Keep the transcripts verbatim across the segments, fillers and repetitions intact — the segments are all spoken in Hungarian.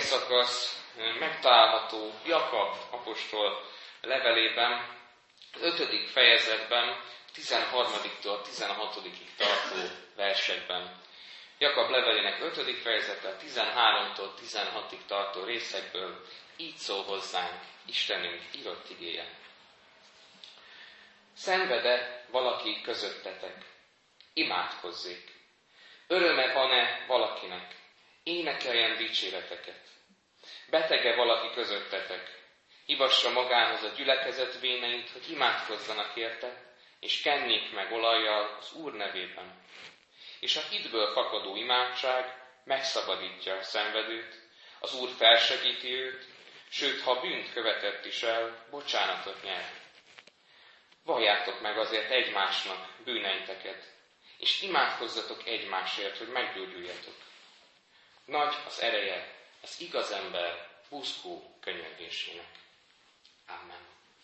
szakasz megtalálható Jakab apostol levelében, az ötödik fejezetben, tizenharmadiktól tizenhatodikig tartó versekben. Jakab levelének ötödik fejezete, tizenháromtól tizenhatig tartó részekből így szól hozzánk Istenünk írott igéje. Szenved-e valaki közöttetek? Imádkozzék. Öröme van-e valakinek? Énekeljen dicséreteket. Betege valaki közöttetek? Hívassa magához a gyülekezet véneit, hogy imádkozzanak érte, és kenjék meg olajjal az Úr nevében. És a hitből fakadó imádság megszabadítja a szenvedőt, az Úr felsegíti őt, sőt, ha bűnt követett is el, bocsánatot nyer. Valljátok meg azért egymásnak bűneiteket, és imádkozzatok egymásért, hogy meggyógyuljatok. Nagy az ereje az igaz ember buzgó könyörgésének. Amen.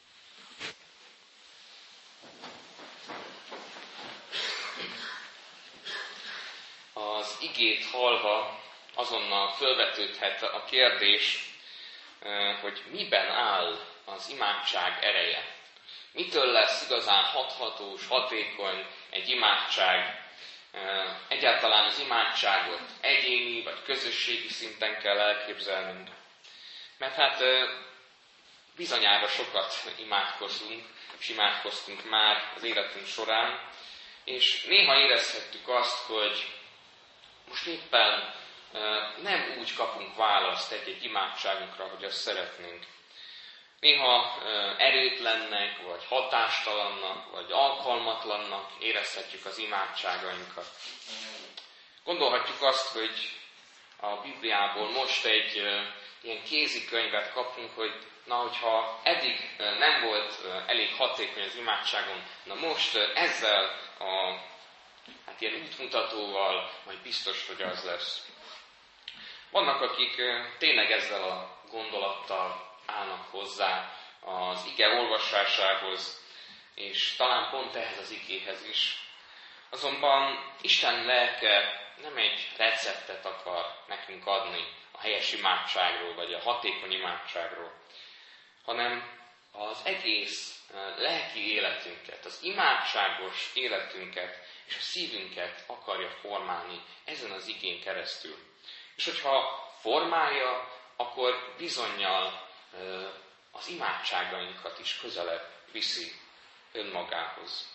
Az igét hallva azonnal fölvetődhet a kérdés, hogy miben áll az imádság ereje. Mitől lesz igazán hathatós, hatékony egy imádság? Egyáltalán az imádságot egyéni vagy közösségi szinten kell elképzelnünk. Mert hát bizonyára sokat imádkozunk, és imádkoztunk már az életünk során, és néha érezhettük azt, hogy most éppen nem úgy kapunk választ egy-egy imádságunkra, hogy azt szeretnénk. Néha erőtlennek, vagy hatástalannak, vagy alkalmatlannak érezhetjük az imádságainkat. Gondolhatjuk azt, hogy a Bibliából most egy ilyen kézikönyvet kapunk, hogy na, hogyha eddig nem volt elég hatékony az imádságom, na most ezzel a hát ilyen útmutatóval majd biztos, hogy az lesz. Vannak, akik tényleg ezzel a gondolattal állnak hozzá az ige olvasásához, és talán pont ehhez az igéhez is. Azonban Isten lelke nem egy receptet akar nekünk adni a helyes imádságról, vagy a hatékony imádságról, hanem az egész lelki életünket, az imádságos életünket és a szívünket akarja formálni ezen az igén keresztül. És hogyha formálja, akkor bizonnyal az imádságainkat is közelebb viszi önmagához.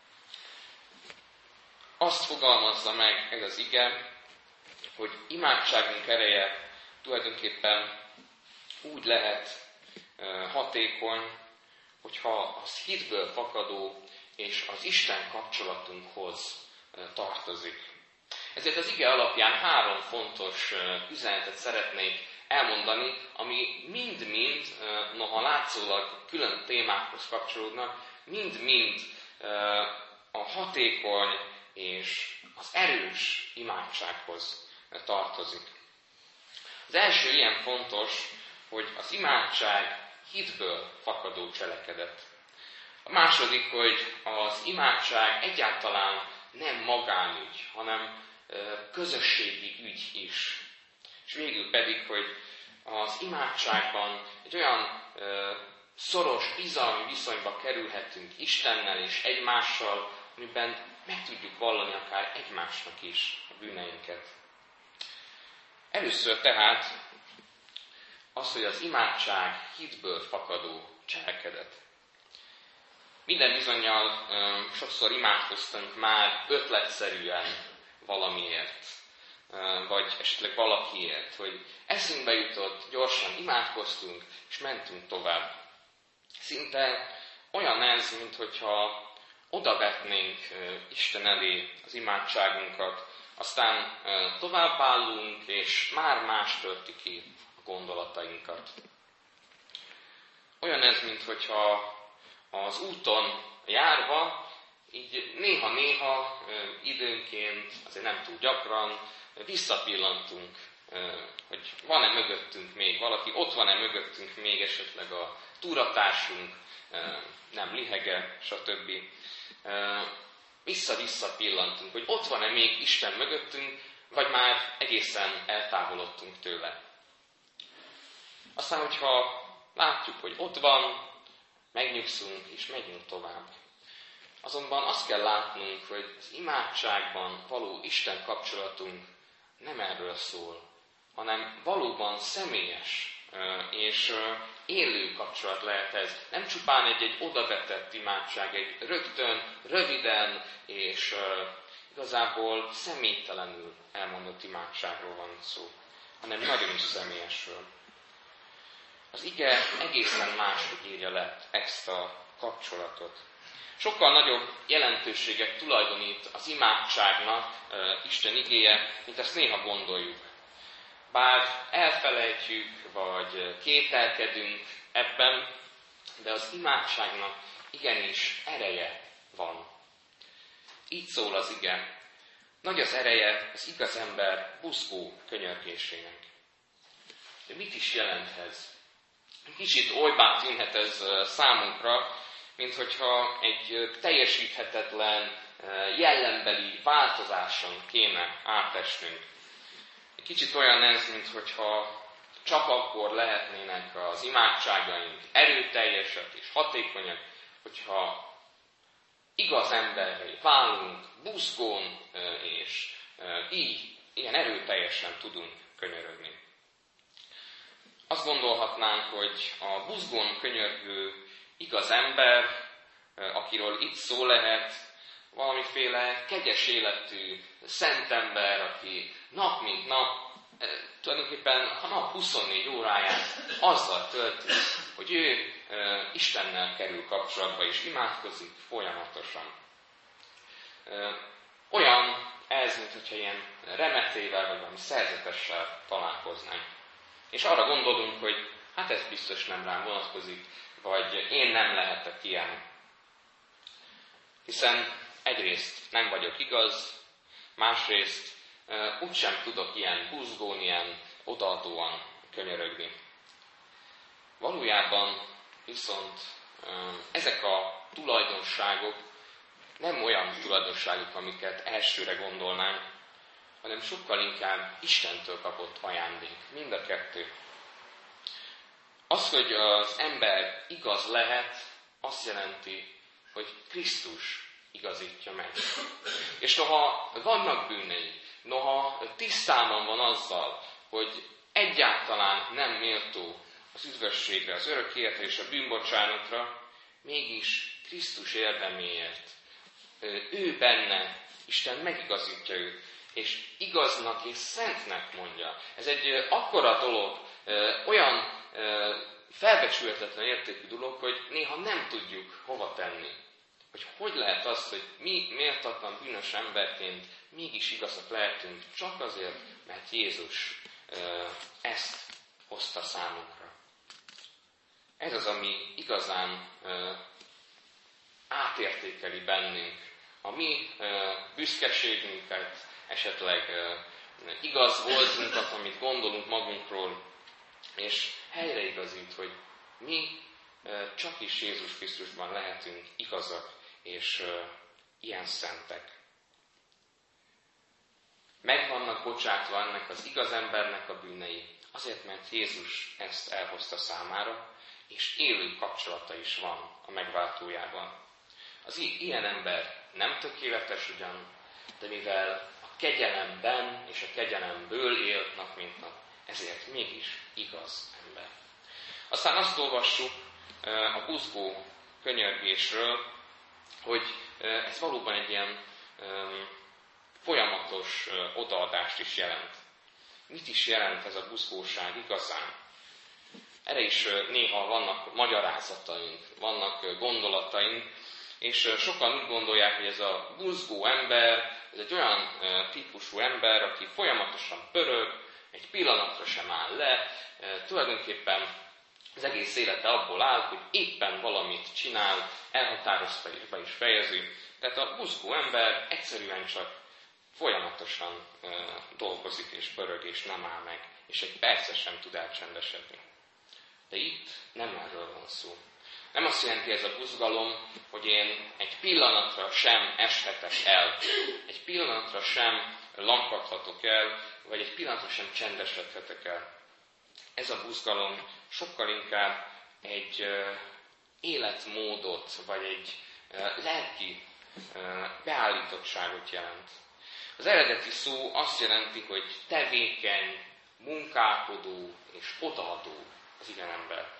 Azt fogalmazza meg ez az ige, hogy imádságunk ereje tulajdonképpen úgy lehet hatékony, hogyha az hitből fakadó és az Isten kapcsolatunkhoz tartozik. Ezért az ige alapján három fontos üzenetet szeretnék elmondani, ami mind-mind, noha látszólag külön témákhoz kapcsolódnak, mind-mind a hatékony és az erős imádsághoz tartozik. Az első ilyen fontos, hogy az imádság hitből fakadó cselekedet. A második, hogy az imádság egyáltalán nem magánügy, hanem közösségi ügy is. És végül pedig, hogy az imádságban egy olyan ö, szoros, bizalmi viszonyba kerülhetünk Istennel és egymással, amiben meg tudjuk vallani akár egymásnak is a bűneinket. Először tehát az, hogy az imádság hitből fakadó cselekedet. Minden bizonnyal ö, sokszor imádkoztunk már ötletszerűen valamiért, vagy esetleg valakiért, hogy eszünkbe jutott, gyorsan imádkoztunk, és mentünk tovább. Szinte olyan ez, minthogyha odavetnénk Isten elé az imádságunkat, aztán továbbállunk, és már más tölti ki a gondolatainkat. Olyan ez, minthogyha az úton járva, így néha-néha időnként, azért nem túl gyakran, visszapillantunk, hogy van-e mögöttünk még valaki, ott van-e mögöttünk még esetleg a túratársunk, nem lihege, stb. Vissza-vissza pillantunk, hogy ott van-e még Isten mögöttünk, vagy már egészen eltávolodtunk tőle. Aztán, hogyha látjuk, hogy ott van, megnyugszunk és megyünk tovább. Azonban azt kell látnunk, hogy az imádságban való Isten kapcsolatunk nem erről szól, hanem valóban személyes és élő kapcsolat lehet ez. Nem csupán egy-egy odavetett imádság, egy rögtön, röviden és igazából személytelenül elmondott imádságról van szó, hanem nagyon is személyesről. Az ige egészen máshogy írja le ezt a kapcsolatot. Sokkal nagyobb jelentőséget tulajdonít az imádságnak Isten igéje, mint ezt néha gondoljuk. Bár elfelejtjük, vagy kételkedünk ebben, de az imádságnak igenis ereje van. Így szól az ige. Nagy az ereje az igaz ember buzgó könyörgésének. De mit is jelent ez? Kicsit olybá tűnhet ez számunkra, mint hogyha egy teljesíthetetlen, jellembeli változáson kéne átesnünk. Egy kicsit olyan ez, mint hogyha csak akkor lehetnének az imádságaink erőteljesek és hatékonyak, hogyha igaz emberré válunk, buzgón, és így ilyen erőteljesen tudunk könyörögni. Azt gondolhatnánk, hogy a buzgón könyörgő igaz ember, akiről itt szó lehet, valamiféle kegyes életű szent ember, aki nap mint nap, tulajdonképpen a nap huszonnégy óráját azzal tölti, hogy ő Istennel kerül kapcsolatba és imádkozik folyamatosan. Olyan ez, mint hogyha ilyen remetével vagy valami szerzetessel találkoznánk. És arra gondolunk, hogy hát ez biztos nem rám vonatkozik, vagy én nem lehetek ilyen. Hiszen egyrészt nem vagyok igaz, másrészt uh, úgysem tudok ilyen buzgón, ilyen odaadóan könyörögni. Valójában viszont uh, ezek a tulajdonságok nem olyan tulajdonságok, amiket elsőre gondolnánk, hanem sokkal inkább Istentől kapott ajándék. Mind a kettő. Az, hogy az ember igaz lehet, azt jelenti, hogy Krisztus igazítja meg. És noha vannak bűnei, noha tisztában van azzal, hogy egyáltalán nem méltó az üdvösségre, az örök életre és a bűnbocsánatra, mégis Krisztus érdeméért, ő benne, Isten megigazítja őt, és igaznak és szentnek mondja. Ez egy akkora dolog, olyan felbecsülhetetlen értékű dolog, hogy néha nem tudjuk hova tenni. Hogy hogy lehet az, hogy mi méltatlan bűnös emberként mégis igazak lehetünk, csak azért, mert Jézus ezt hozta számunkra. Ez az, ami igazán átértékeli bennünk a mi büszkeségünket, esetleg igaz voltunkat, amit gondolunk magunkról, és helyreigazít, hogy mi csak is Jézus Krisztusban lehetünk igazak, és ilyen szentek. Meg vannak bocsátva ennek az igaz embernek a bűnei, azért, mert Jézus ezt elhozta számára, és élő kapcsolata is van a megváltójában. Az ilyen ember nem tökéletes ugyan, de mivel a kegyelemben és a kegyelemből él nap mint nap, ezért mégis igaz ember. Aztán azt olvassuk a buzgó könyörgésről, hogy ez valóban egy ilyen folyamatos odaadást is jelent. Mit is jelent ez a buzgóság igazán? Erre is néha vannak magyarázataink, vannak gondolataink, és sokan úgy gondolják, hogy ez a buzgó ember, ez egy olyan típusú ember, aki folyamatosan pörög, egy pillanatra sem áll le, tulajdonképpen az egész élete abból áll, hogy éppen valamit csinál, elhatározta és be is fejezi. Tehát a buzgó ember egyszerűen csak folyamatosan dolgozik és pörög és nem áll meg, és egy percet sem tud elcsendesedni. De itt nem erről van szó. Nem azt jelenti ez a buzgalom, hogy én egy pillanatra sem eshetek el, egy pillanatra sem lankadhatok el, vagy egy pillanatra sem csendesedhetek el. ez a buzgalom sokkal inkább egy életmódot, vagy egy lelki beállítottságot jelent. Az eredeti szó azt jelenti, hogy tevékeny, munkálkodó és odaadó az igen ember.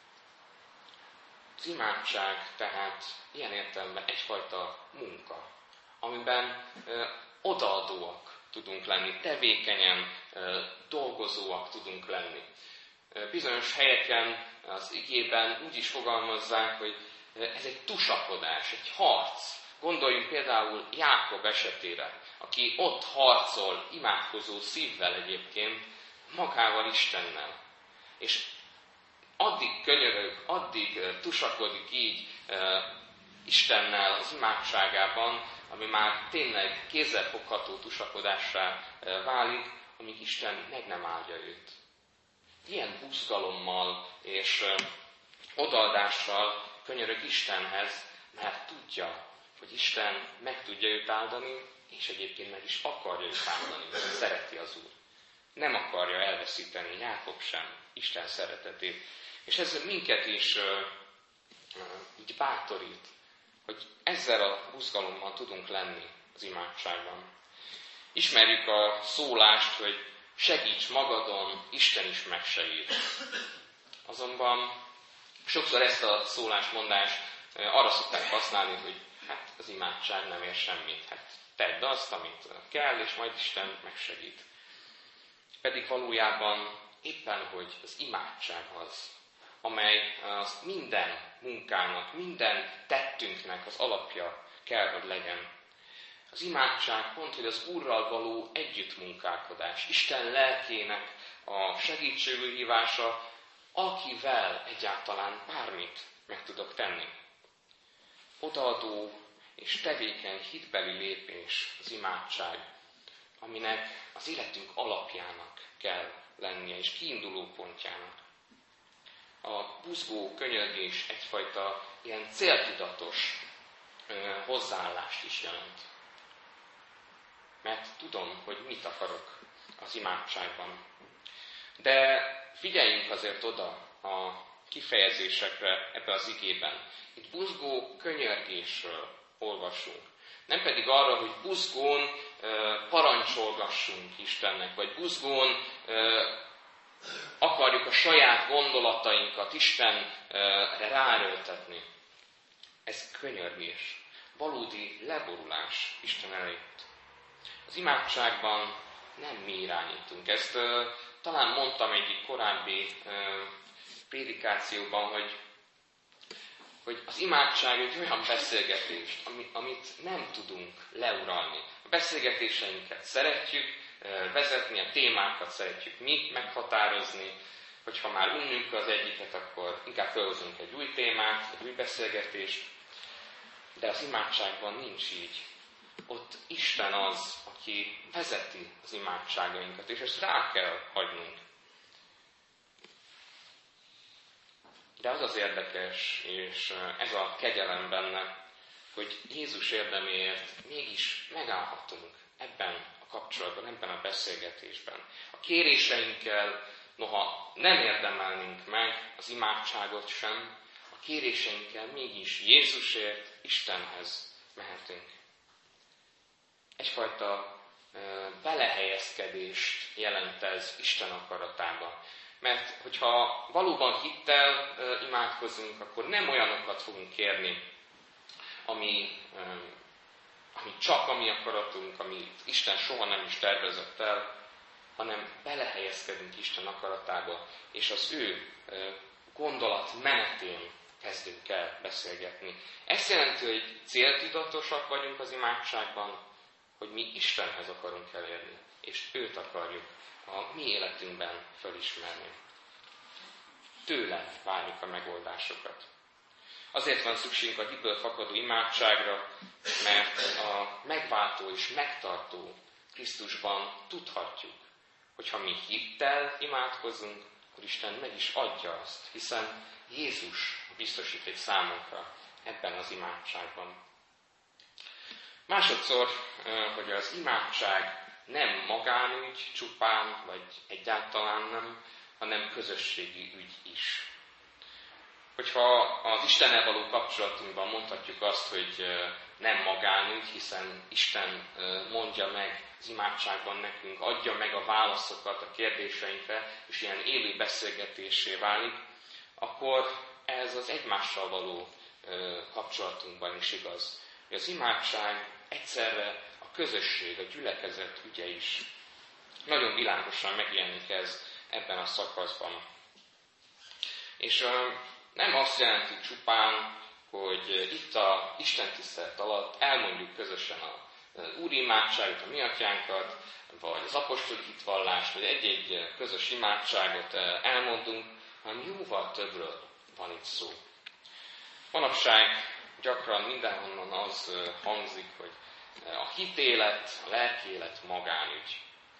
Az imádság tehát ilyen értelemben egyfajta munka, amiben ö, odaadóak tudunk lenni, tevékenyen ö, dolgozóak tudunk lenni. Ö, bizonyos helyeken az igében úgy is fogalmazzák, hogy ez egy tusakodás, egy harc. Gondoljunk például Jákob esetére, aki ott harcol, imádkozó szívvel egyébként, magával, Istennel. És addig könyörög, addig tusakodik így uh, Istennel az imádságában, ami már tényleg kézzelfogható tusakodássá uh, válik, amíg Isten meg nem áldja őt. Ilyen buzgalommal és uh, odaadással könyörög Istenhez, mert tudja, hogy Isten meg tudja őt áldani, és egyébként meg is akarja őt áldani, mert szereti az Úr. Nem akarja elveszíteni, Jákob sem, Isten szeretetét. És ez minket is uh, uh, így bátorít, hogy ezzel a buzgalommal tudunk lenni az imádságban. Ismerjük a szólást, hogy segíts magadon, Isten is megsegít. Azonban sokszor ezt a szólásmondást uh, arra szokták használni, hogy hát az imádság nem ér semmit. Hát tedd azt, amit kell, és majd Isten megsegít. Pedig valójában éppen, hogy az imádság az, amely az minden munkának, minden tettünknek az alapja kell, hogy legyen. Az imádság pont, hogy az Úrral való együttmunkálkodás, Isten lelkének a segítségül hívása, akivel egyáltalán bármit meg tudok tenni. Odaadó és tevékeny hitbeli lépés az imádság, aminek az életünk alapjának kell lennie, és kiinduló pontjának. A buzgó könyörgés egyfajta ilyen céltudatos ö, hozzáállást is jelent. Mert tudom, hogy mit akarok az imádságban. De figyeljünk azért oda a kifejezésekre ebbe az igében. Itt buzgó könyörgésről olvasunk. Nem pedig arra, hogy buzgón ö, parancsolgassunk Istennek, vagy buzgón ö, akarjuk a saját gondolatainkat Istenre ráerőltetni. Ez könyörgés, valódi leborulás Isten előtt. Az imádságban nem mi irányítunk. Ezt ö, talán mondtam egyik korábbi ö, prédikációban, hogy hogy az imádság egy olyan beszélgetés, amit nem tudunk leuralni. A beszélgetéseinket szeretjük vezetni, a témákat szeretjük mi meghatározni, hogyha már unjuk az egyiket, akkor inkább felhozunk egy új témát, egy új beszélgetést, de az imádságban nincs így. Ott Isten az, aki vezeti az imádságainkat, és ezt rá kell hagynunk. De az az érdekes, és ez a kegyelem benne, hogy Jézus érdeméért mégis megállhatunk ebben a kapcsolatban, ebben a beszélgetésben. A kéréseinkkel, noha nem érdemelnénk meg az imádságot sem, a kéréseinkkel mégis Jézusért, Istenhez mehetünk. Egyfajta belehelyezkedést jelent ez Isten akaratába. Mert hogyha valóban hittel uh, imádkozunk, akkor nem olyanokat fogunk kérni, ami, um, ami csak a mi akaratunk, amit Isten soha nem is tervezett el, hanem belehelyezkedünk Isten akaratába, és az ő uh, gondolat menetén kezdünk el beszélgetni. Ez jelenti, hogy céltudatosak vagyunk az imádságban, hogy mi Istenhez akarunk elérni, és őt akarjuk a mi életünkben felismerni. Tőle várjuk a megoldásokat. Azért van szükségünk a hitből fakadó imádságra, mert a megváltó és megtartó Krisztusban tudhatjuk, hogy ha mi hittel imádkozunk, akkor Isten meg is adja azt, hiszen Jézus biztosít számunkra ebben az imádságban. Másodszor, hogy az imádság nem magánügy csupán, vagy egyáltalán nem, hanem hanem közösségi ügy is. Hogyha az Istennel való kapcsolatunkban mondhatjuk azt, hogy nem magánügy, hiszen Isten mondja meg az imádságban nekünk, adja meg a válaszokat a kérdéseinkre, és ilyen élő beszélgetésé válik, akkor ez az egymással való kapcsolatunkban is igaz. Az imádság egyszerre a közösség, a gyülekezet ügye is. Nagyon világosan megjelenik ez ebben a szakaszban. És nem azt jelenti csupán, hogy itt a istentisztelet alatt elmondjuk közösen az úri imádságot, a mi atyánkat, vagy az apostoli hitvallást, vagy egy-egy közös imádságot elmondunk, hanem jóval többről van itt szó. Manapság gyakran mindenhonnan az hangzik, hogy a hitélet, a lelkiélet magánügy.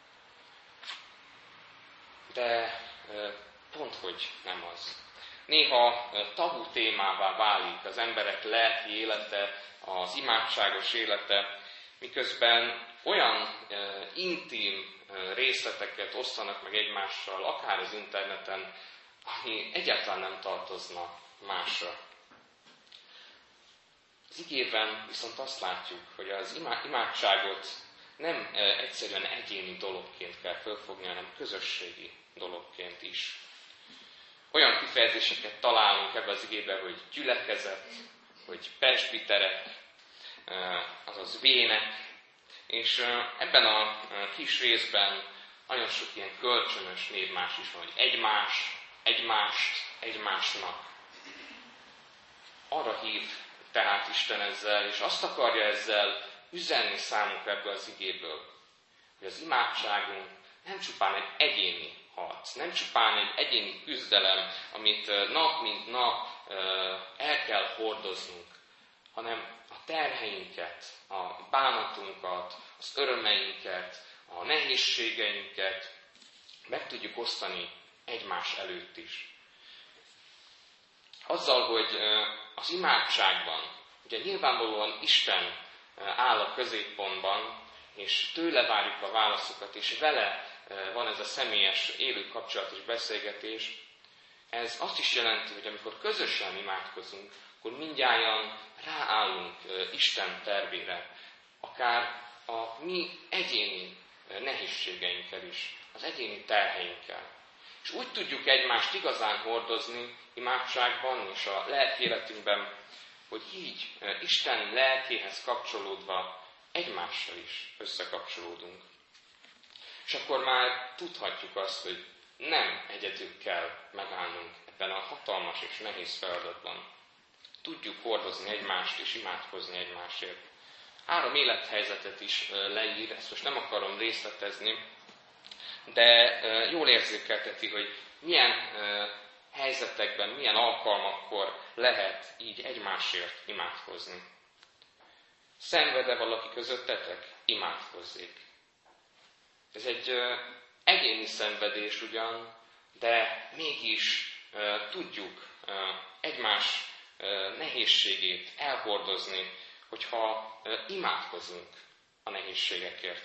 De pont hogy nem az. Néha tabu témává válik az emberek lelki élete, az imádságos élete, miközben olyan intim részleteket osztanak meg egymással, akár az interneten, ami egyáltalán nem tartozna másra. Az igében viszont azt látjuk, hogy az imádságot nem egyszerűen egyéni dologként kell fölfogni, hanem közösségi dologként is. Olyan kifejezéseket találunk ebben az igében, hogy gyülekezet, hogy presbiterek, azaz vének, és ebben a kis részben nagyon sok ilyen kölcsönös névmás is van, hogy egymás, egymást, egymásnak. Arra hív tehát Isten ezzel, és azt akarja ezzel üzenni számunkra ebből az igéből, hogy az imádságunk nem csupán egy egyéni harc, nem csupán egy egyéni küzdelem, amit nap mint nap el kell hordoznunk, hanem a terheinket, a bánatunkat, az örömeinket, a nehézségeinket meg tudjuk osztani egymás előtt is. Azzal, hogy az imádságban, ugye nyilvánvalóan Isten áll a középpontban, és tőle várjuk a válaszokat, és vele van ez a személyes, élő kapcsolat és beszélgetés, ez azt is jelenti, hogy amikor közösen imádkozunk, akkor mindnyájan ráállunk Isten tervére, akár a mi egyéni nehézségeinkkel is, az egyéni terheinkkel. És úgy tudjuk egymást igazán hordozni imádságban és a lelki életünkben, hogy így Isten lelkéhez kapcsolódva egymással is összekapcsolódunk. És akkor már tudhatjuk azt, hogy nem egyedül kell megállnunk ebben a hatalmas és nehéz feladatban. Tudjuk hordozni egymást és imádkozni egymásért. Három élethelyzetet is leír, ezt most nem akarom részletezni, de jól érzékelteti, hogy milyen helyzetekben, milyen alkalmakkor lehet így egymásért imádkozni. Szenved-e valaki közöttetek? Imádkozzék. Ez egy egyéni szenvedés ugyan, de mégis tudjuk egymás nehézségét elhordozni, hogyha imádkozunk a nehézségekért.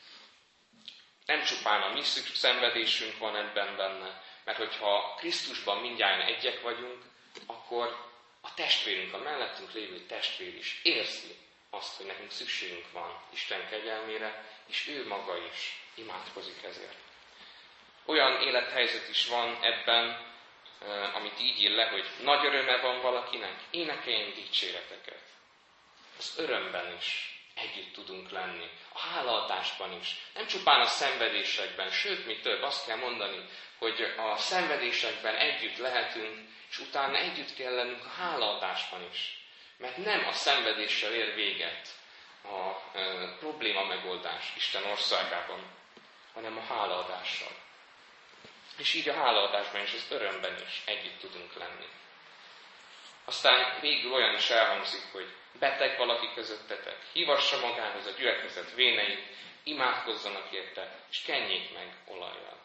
Nem csupán a mi szenvedésünk van ebben benne, mert hogyha Krisztusban mindjárt egyek vagyunk, akkor a testvérünk, a mellettünk lévő testvér is érzi azt, hogy nekünk szükségünk van Isten kegyelmére, és ő maga is imádkozik ezért. Olyan élethelyzet is van ebben, amit így ír le, hogy nagy öröme van valakinek, énekeljen dicséreteket. Az örömben is együtt tudunk lenni, a hálaadásban is, nem csupán a szenvedésekben, sőt, mi több, azt kell mondani, hogy a szenvedésekben együtt lehetünk, és utána együtt kell lennünk a hálaadásban is. Mert nem a szenvedéssel ér véget a e, probléma megoldás Isten országában, hanem a hálaadással. És így a hálaadásban és az örömben is együtt tudunk lenni. Aztán végül olyan is elhangzik, hogy beteg valaki közöttetek, hívassa magához a gyülekezet véneit, imádkozzanak érte, és kenjék meg olajjal.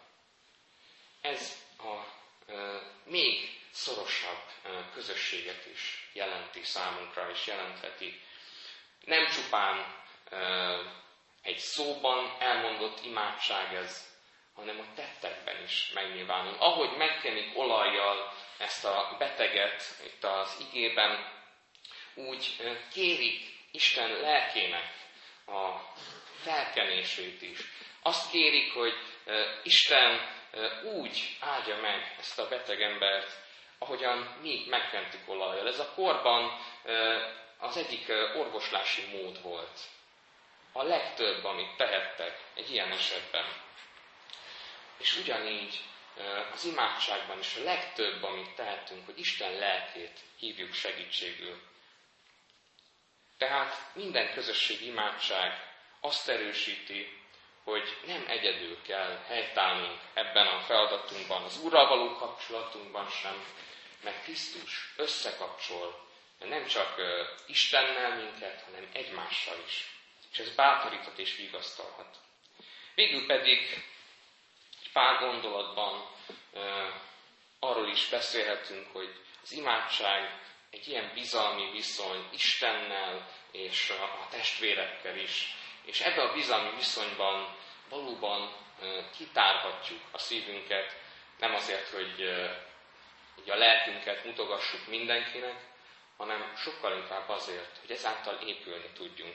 Ez a e, még szorosabb e, közösséget is jelenti számunkra, és jelentheti. Nem csupán e, egy szóban elmondott imádság ez, hanem a tettekben is megnyilvánul. Ahogy megkenik olajjal ezt a beteget itt az igében, úgy kérik Isten lelkének a felkenését is. Azt kérik, hogy Isten úgy áldja meg ezt a beteg embert, ahogyan mi megkentük olajjal. Ez a korban az egyik orvoslási mód volt. A legtöbb, amit tehettek egy ilyen esetben. És ugyanígy az imádságban is a legtöbb, amit tehetünk, hogy Isten lelkét hívjuk segítségül. Tehát minden közösségi imádság azt erősíti, hogy nem egyedül kell helytállnunk ebben a feladatunkban, az Úrral való kapcsolatunkban sem, mert Krisztus összekapcsol nem csak Istennel minket, hanem egymással is. És ez bátoríthat és vigasztalhat. Végül pedig pár gondolatban arról is beszélhetünk, hogy az imádság egy ilyen bizalmi viszony Istennel és a testvérekkel is. És ebben a bizalmi viszonyban valóban kitárhatjuk a szívünket, nem azért, hogy a lelkünket mutogassuk mindenkinek, hanem sokkal inkább azért, hogy ezáltal épülni tudjunk.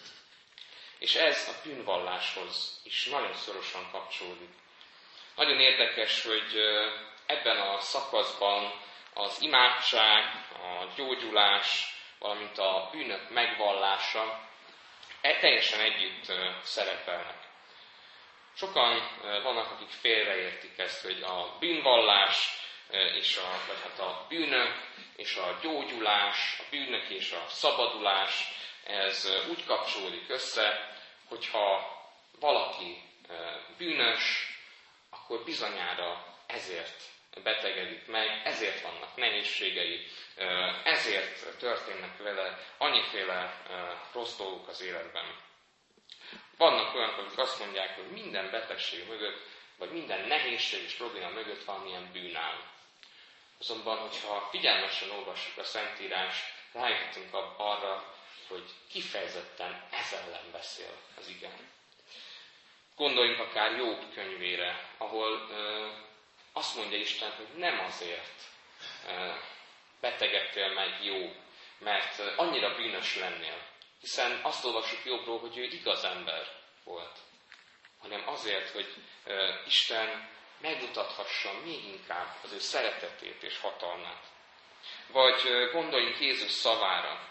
És ez a bűnvalláshoz is nagyon szorosan kapcsolódik. Nagyon érdekes, hogy ebben a szakaszban az imádság, a gyógyulás, valamint a bűnök megvallása teljesen együtt szerepelnek. Sokan vannak, akik félreértik ezt, hogy a bűnvallás és a, vagy hát a bűnök és a gyógyulás, a bűnök és a szabadulás, ez úgy kapcsolódik össze, hogyha valaki bűnös, akkor bizonyára ezért betegedik meg, ezért vannak nehézségei, ezért történnek vele annyiféle rossz dolgok az életben. Vannak olyanok, akik azt mondják, hogy minden betegség mögött, vagy minden nehézség és probléma mögött valamilyen bűn áll. Azonban, hogyha figyelmesen olvassuk a Szentírást, rájöhetünk arra, hogy kifejezetten ez ellen beszél az ige. Gondoljunk akár Jobb könyvére, ahol ö, azt mondja Isten, hogy nem azért ö, betegedtél meg Jobb, mert annyira bűnös lennél, hiszen azt olvassuk Jobbról, hogy ő igaz ember volt, hanem azért, hogy ö, Isten megmutathassa még inkább az ő szeretetét és hatalmát. Vagy ö, gondoljunk Jézus szavára,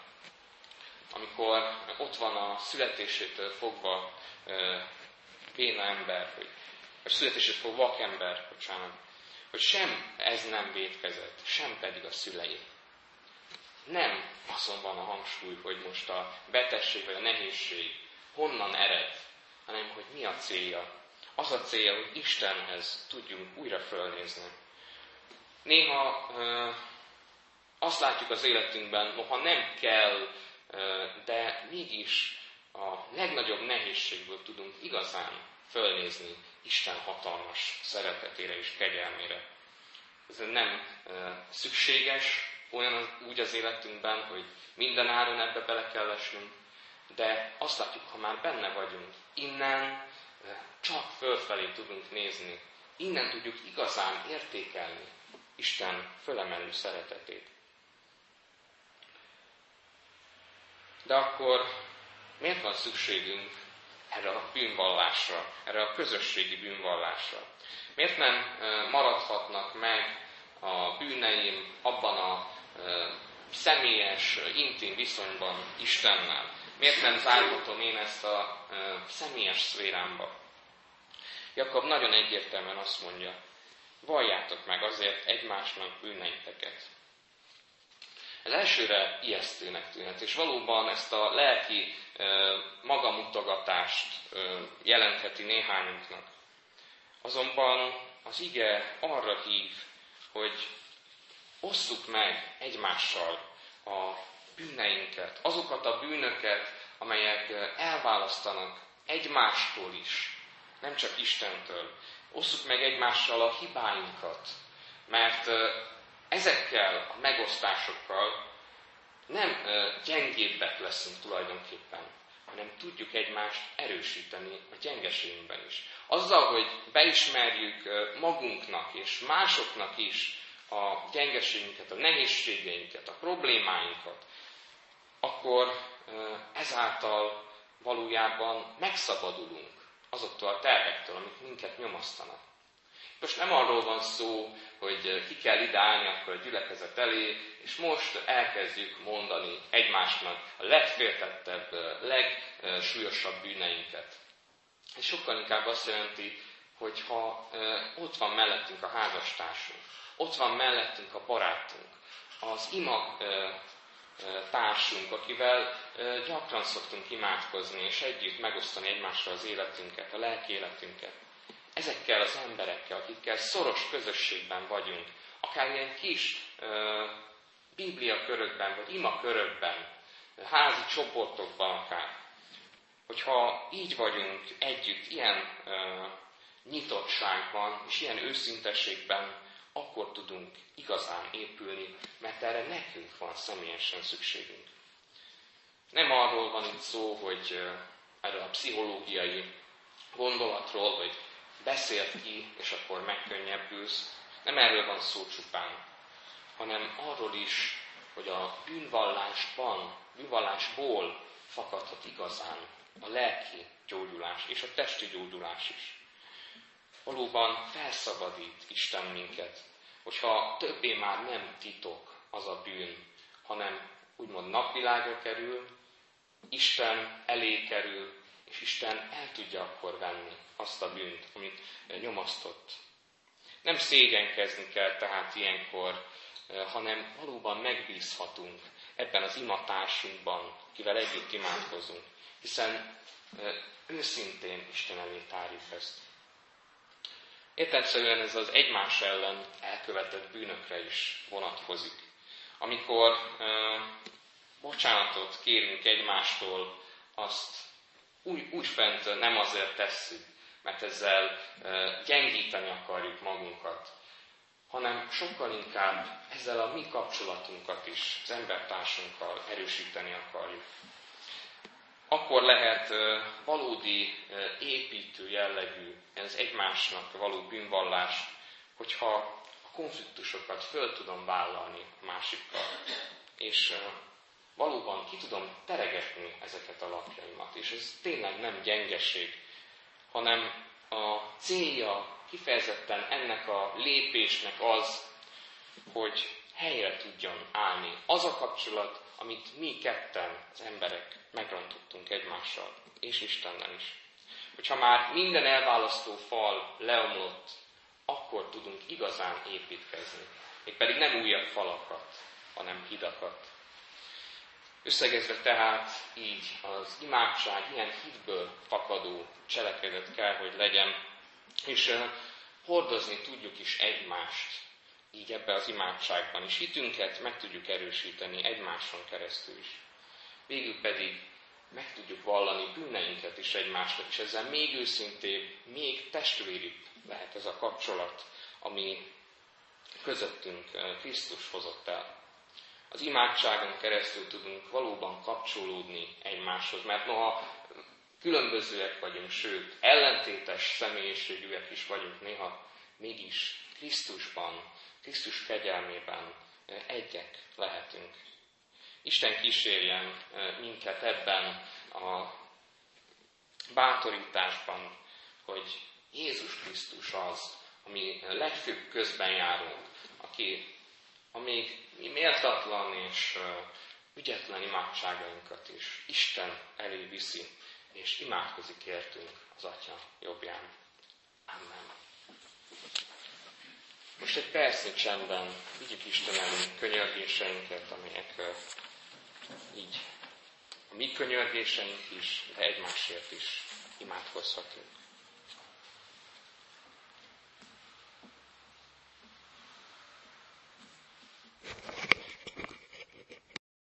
amikor ott van a születésétől fogva ö, béna ember, hogy, vagy születésétől fogva vakember, bocsánat, hogy sem ez nem vétkezett, sem pedig a szülei. Nem azon van a hangsúly, hogy most a betegség vagy a nehézség honnan ered, hanem hogy mi a célja. Az a célja, hogy Istenhez tudjunk újra fölnézni. Néha ö, azt látjuk az életünkben, noha nem kell, ö, de mégis a legnagyobb nehézségből tudunk igazán fölnézni Isten hatalmas szeretetére és kegyelmére. Ez nem ö, szükséges olyan az, úgy az életünkben, hogy minden áron ebbe bele kell esnünk, de azt látjuk, ha már benne vagyunk, innen csak fölfelé tudunk nézni, innen tudjuk igazán értékelni Isten fölemelő szeretetét. De akkor miért van szükségünk erre a bűnvallásra, erre a közösségi bűnvallásra? Miért nem maradhatnak meg a bűneim abban a személyes, intim viszonyban Istennel? Miért nem zárhatom én ezt a személyes szférámba? Jakab nagyon egyértelműen azt mondja, valljátok meg azért egymásnak bűneiteket. Ez elsőre ijesztőnek tűnhet, és valóban ezt a lelki magamutogatást jelentheti néhányunknak. Azonban az ige arra hív, hogy osszuk meg egymással a bűneinket, azokat a bűnöket, amelyek elválasztanak egymástól is, nem csak Istentől. Osszuk meg egymással a hibáinkat, mert ezekkel a megosztásokkal nem gyengébbek leszünk tulajdonképpen, hanem tudjuk egymást erősíteni a gyengeségünkben is. Azzal, hogy beismerjük magunknak és másoknak is a gyengeségünket, a nehézségeinket, a problémáinkat, akkor ezáltal valójában megszabadulunk azoktól a terhektől, amik minket nyomasztanak. Most nem arról van szó, hogy ki kell ide állni akkor a gyülekezet elé, és most elkezdjük mondani egymásnak a legféltettebb, legsúlyosabb bűneinket. Ez sokkal inkább azt jelenti, hogy ha ott van mellettünk a házastársunk, ott van mellettünk a barátunk, az ima társunk, akivel gyakran szoktunk imádkozni, és együtt megosztani egymással az életünket, a lelki életünket. Ezekkel az emberekkel, akikkel szoros közösségben vagyunk, akár ilyen kis uh, bibliakörökben, vagy imakörökben, házi csoportokban akár. Hogyha így vagyunk együtt, ilyen uh, nyitottságban, és ilyen őszintességben, akkor tudunk igazán épülni, mert erre nekünk van személyesen szükségünk. Nem arról van itt szó, hogy uh, erről a pszichológiai gondolatról, vagy beszélt ki, és akkor megkönnyebbülsz. Nem erről van szó csupán, hanem arról is, hogy a bűnvallásban, bűnvallásból fakadhat igazán a lelki gyógyulás és a testi gyógyulás is. Valóban felszabadít Isten minket, hogyha többé már nem titok az a bűn, hanem úgymond napvilágra kerül, Isten elé kerül, és Isten el tudja akkor venni azt a bűnt, amit nyomasztott. Nem szégyenkezni kell tehát ilyenkor, hanem valóban megbízhatunk ebben az imatársunkban, kivel együtt imádkozunk, hiszen őszintén Isten elé tárjuk ezt. Értelemszerűen ez az egymás ellen elkövetett bűnökre is vonatkozik. Amikor uh, bocsánatot kérünk egymástól, azt úgy, úgy fent nem azért tesszük, mert ezzel uh, gyengíteni akarjuk magunkat, hanem sokkal inkább ezzel a mi kapcsolatunkat is az embertársunkkal erősíteni akarjuk. Akkor lehet uh, valódi uh, építő jellegű ez egymásnak való bűnvallás, hogyha a konfliktusokat föl tudom vállalni a másikkal, és uh, valóban ki tudom teregetni ezeket a lapjaimat. És ez tényleg nem gyengeség, hanem a célja kifejezetten ennek a lépésnek az, hogy helyre tudjon állni az a kapcsolat, amit mi ketten, az emberek megrontottunk egymással, és Istennel is. Hogyha már minden elválasztó fal leomlott, akkor tudunk igazán építkezni. Mégpedig nem újabb falakat, hanem hidakat. Összegezve tehát így az imádság ilyen hitből fakadó cselekedet kell, hogy legyen, és uh, hordozni tudjuk is egymást, így ebbe az imádságban is. Hitünket meg tudjuk erősíteni egymáson keresztül is. Végül pedig meg tudjuk vallani bűneinket is egymásnak, és ezzel még őszintébb, még testvéribb lehet ez a kapcsolat, ami közöttünk Krisztus hozott el. Az imádságon keresztül tudunk valóban kapcsolódni egymáshoz, mert noha különbözőek vagyunk, sőt, ellentétes személyiségűek is vagyunk néha, mégis Krisztusban, Krisztus kegyelmében egyek lehetünk. Isten kísérjen minket ebben a bátorításban, hogy Jézus Krisztus az, ami legfőbb közben járunk, aki a még méltatlan és ügyetlen imádságainkat is Isten elé viszi, és imádkozik értünk az Atya jobbján. Amen. Most egy percnyi csendben vigyük Isten elé könyörgéseinket, amelyek így a mi könyörgéseink is, de egymásért is imádkozhatunk.